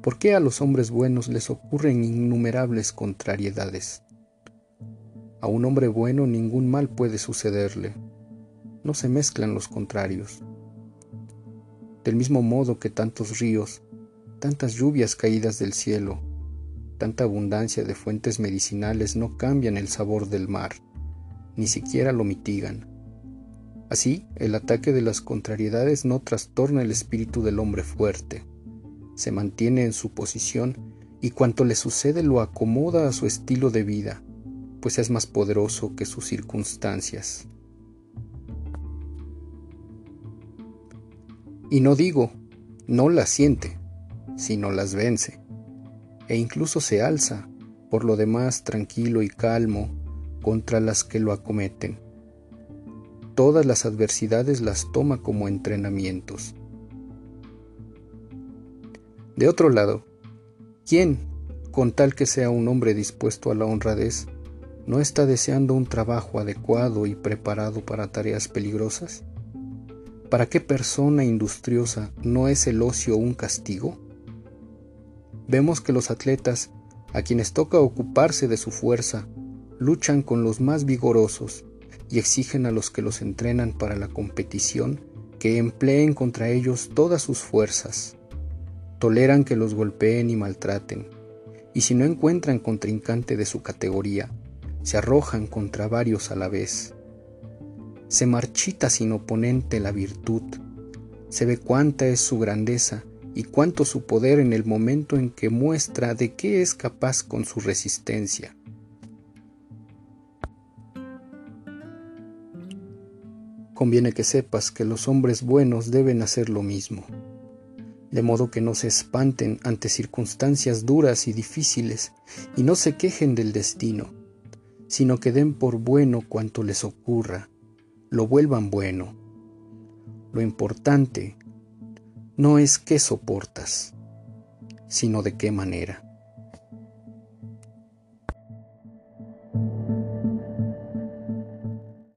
¿Por qué a los hombres buenos les ocurren innumerables contrariedades? A un hombre bueno ningún mal puede sucederle. No se mezclan los contrarios. Del mismo modo que tantos ríos, tantas lluvias caídas del cielo, tanta abundancia de fuentes medicinales no cambian el sabor del mar, ni siquiera lo mitigan. Así, el ataque de las contrariedades no trastorna el espíritu del hombre fuerte. Se mantiene en su posición y cuanto le sucede lo acomoda a su estilo de vida, pues es más poderoso que sus circunstancias. Y no digo, no las siente, sino las vence, e incluso se alza, por lo demás tranquilo y calmo, contra las que lo acometen. Todas las adversidades las toma como entrenamientos. De otro lado, ¿quién, con tal que sea un hombre dispuesto a la honradez, no está deseando un trabajo adecuado y preparado para tareas peligrosas? ¿Para qué persona industriosa no es el ocio un castigo? Vemos que los atletas, a quienes toca ocuparse de su fuerza, luchan con los más vigorosos y exigen a los que los entrenan para la competición que empleen contra ellos todas sus fuerzas. Toleran que los golpeen y maltraten, y si no encuentran contrincante de su categoría, se arrojan contra varios a la vez. Se marchita sin oponente la virtud, se ve cuánta es su grandeza y cuánto su poder en el momento en que muestra de qué es capaz con su resistencia. Conviene que sepas que los hombres buenos deben hacer lo mismo, de modo que no se espanten ante circunstancias duras y difíciles y no se quejen del destino, sino que den por bueno cuanto les ocurra, lo vuelvan bueno. Lo importante no es qué soportas, sino de qué manera.